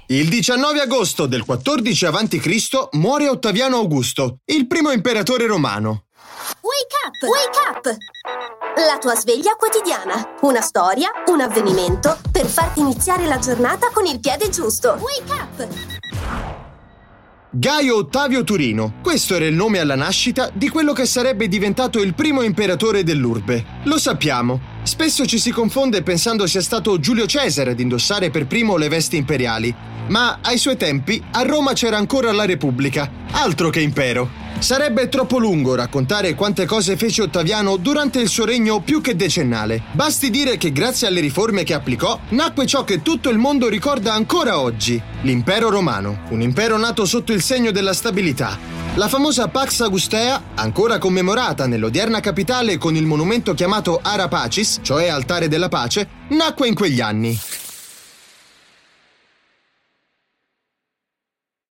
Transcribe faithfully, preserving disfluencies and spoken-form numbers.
Il diciannove agosto del quattordici avanti Cristo muore Ottaviano Augusto, il primo imperatore romano. Wake up! Wake up! La tua sveglia quotidiana. Una storia, un avvenimento per farti iniziare la giornata con il piede giusto. Wake up! Gaio Ottavio Turino. Questo era il nome alla nascita di quello che sarebbe diventato il primo imperatore dell'Urbe. Lo sappiamo. Spesso ci si confonde pensando sia stato Giulio Cesare ad indossare per primo le vesti imperiali. Ma ai suoi tempi a Roma c'era ancora la Repubblica. Altro che impero. Sarebbe troppo lungo raccontare quante cose fece Ottaviano durante il suo regno più che decennale. Basti dire che grazie alle riforme che applicò, nacque ciò che tutto il mondo ricorda ancora oggi: l'impero romano. Un impero nato sotto il segno della stabilità. La famosa Pax Augustea, ancora commemorata nell'odierna capitale con il monumento chiamato Ara Pacis, cioè altare della pace, nacque in quegli anni.